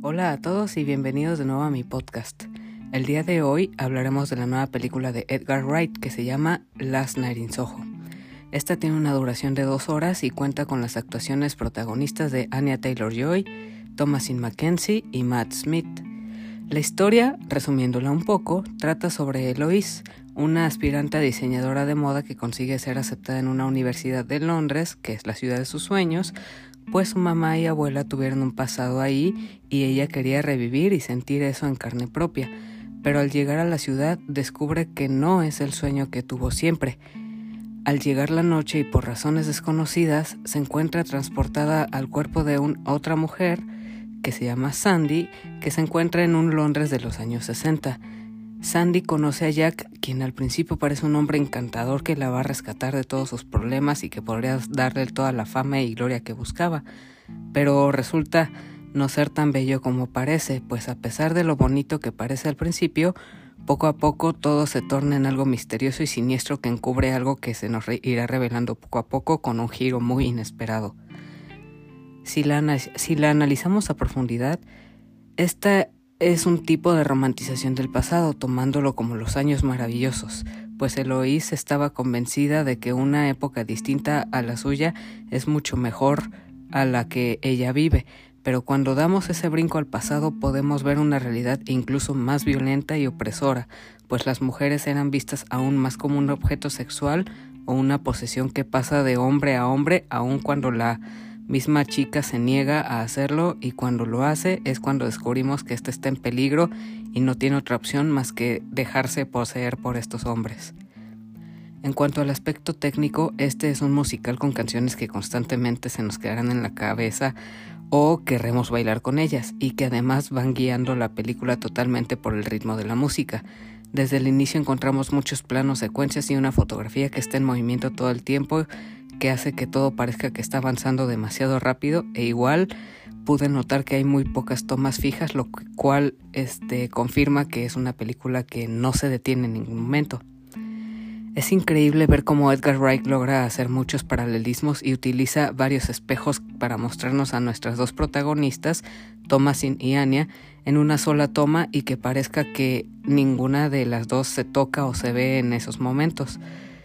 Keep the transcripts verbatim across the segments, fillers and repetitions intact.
Hola a todos y bienvenidos de nuevo a mi podcast. El día de hoy hablaremos de la nueva película de Edgar Wright que se llama Last Night in Soho. Esta tiene una duración de dos horas y cuenta con las actuaciones protagonistas de Anya Taylor-Joy, Thomasin McKenzie y Matt Smith. La historia, resumiéndola un poco, trata sobre Eloise, una aspirante a diseñadora de moda que consigue ser aceptada en una universidad de Londres, que es la ciudad de sus sueños, pues su mamá y abuela tuvieron un pasado ahí y ella quería revivir y sentir eso en carne propia, pero al llegar a la ciudad descubre que no es el sueño que tuvo siempre. Al llegar la noche y por razones desconocidas se encuentra transportada al cuerpo de un, otra mujer que se llama Sandy, que se encuentra en un Londres de los años sesenta. Sandy conoce a Jack, quien al principio parece un hombre encantador que la va a rescatar de todos sus problemas y que podría darle toda la fama y gloria que buscaba, pero resulta no ser tan bello como parece, pues a pesar de lo bonito que parece al principio, poco a poco todo se torna en algo misterioso y siniestro que encubre algo que se nos re- irá revelando poco a poco con un giro muy inesperado. Si la, si la analizamos a profundidad, esta es un tipo de romantización del pasado, tomándolo como los años maravillosos, pues Eloise estaba convencida de que una época distinta a la suya es mucho mejor a la que ella vive, pero cuando damos ese brinco al pasado podemos ver una realidad incluso más violenta y opresora, pues las mujeres eran vistas aún más como un objeto sexual o una posesión que pasa de hombre a hombre, aun cuando la misma chica se niega a hacerlo, y cuando lo hace es cuando descubrimos que ésta está en peligro y no tiene otra opción más que dejarse poseer por estos hombres. En cuanto al aspecto técnico, este es un musical con canciones que constantemente se nos quedarán en la cabeza o querremos bailar con ellas, y que además van guiando la película totalmente por el ritmo de la música. Desde el inicio encontramos muchos planos, secuencias y una fotografía que está en movimiento todo el tiempo, que hace que todo parezca que está avanzando demasiado rápido, e igual pude notar que hay muy pocas tomas fijas, lo cual este, confirma que es una película que no se detiene en ningún momento. Es increíble ver cómo Edgar Wright logra hacer muchos paralelismos y utiliza varios espejos para mostrarnos a nuestras dos protagonistas, Thomasin y Anya, en una sola toma y que parezca que ninguna de las dos se toca o se ve en esos momentos.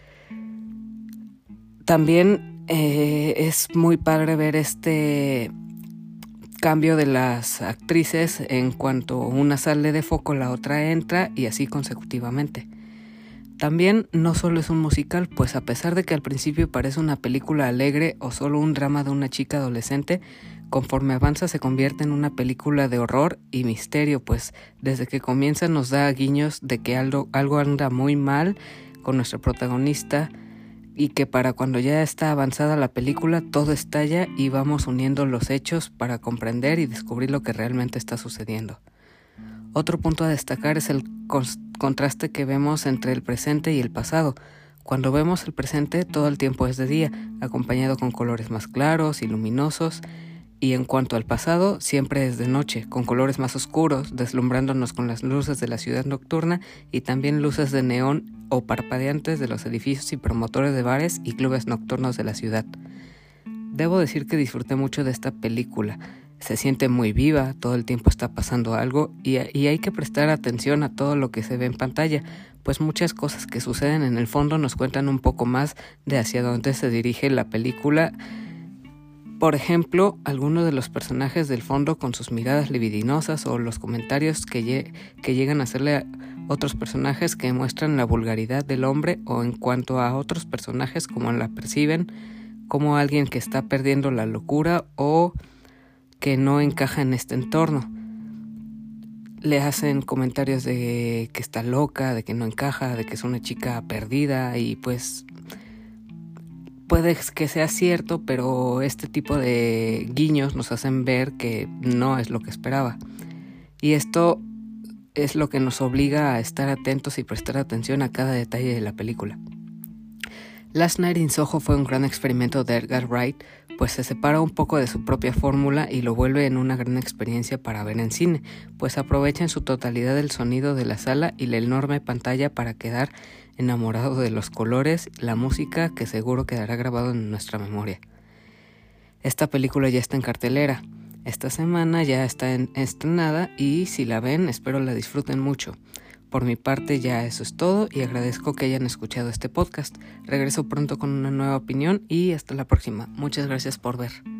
También eh, es muy padre ver este cambio de las actrices en cuanto una sale de foco, la otra entra y así consecutivamente. También no solo es un musical, pues a pesar de que al principio parece una película alegre o solo un drama de una chica adolescente, conforme avanza se convierte en una película de horror y misterio, pues desde que comienza nos da guiños de que algo, algo anda muy mal con nuestra protagonista, y que para cuando ya está avanzada la película todo estalla y vamos uniendo los hechos para comprender y descubrir lo que realmente está sucediendo. Otro punto a destacar es el cons- contraste que vemos entre el presente y el pasado. Cuando vemos el presente todo el tiempo es de día, acompañado con colores más claros y luminosos, y en cuanto al pasado siempre es de noche, con colores más oscuros, deslumbrándonos con las luces de la ciudad nocturna y también luces de neón o parpadeantes de los edificios y promotores de bares y clubes nocturnos de la ciudad. Debo decir que disfruté mucho de esta película. Se siente muy viva, todo el tiempo está pasando algo y, y hay que prestar atención a todo lo que se ve en pantalla, pues muchas cosas que suceden en el fondo nos cuentan un poco más de hacia dónde se dirige la película. Por ejemplo, algunos de los personajes del fondo con sus miradas libidinosas o los comentarios que, lle- que llegan a hacerle a otros personajes que muestran la vulgaridad del hombre, o en cuanto a otros personajes como la perciben como alguien que está perdiendo la locura o que no encaja en este entorno. Le hacen comentarios de que está loca, de que no encaja, de que es una chica perdida, y pues puede que sea cierto, pero este tipo de guiños nos hacen ver que no es lo que esperaba. Y esto es lo que nos obliga a estar atentos y prestar atención a cada detalle de la película. Last Night in Soho fue un gran experimento de Edgar Wright, pues se separa un poco de su propia fórmula y lo vuelve en una gran experiencia para ver en cine, pues aprovecha en su totalidad el sonido de la sala y la enorme pantalla para quedar enamorado de los colores, la música que seguro quedará grabado en nuestra memoria. Esta película ya está en cartelera. Esta semana ya está en, estrenada y si la ven espero la disfruten mucho. Por mi parte ya eso es todo y agradezco que hayan escuchado este podcast. Regreso pronto con una nueva opinión y hasta la próxima. Muchas gracias por ver.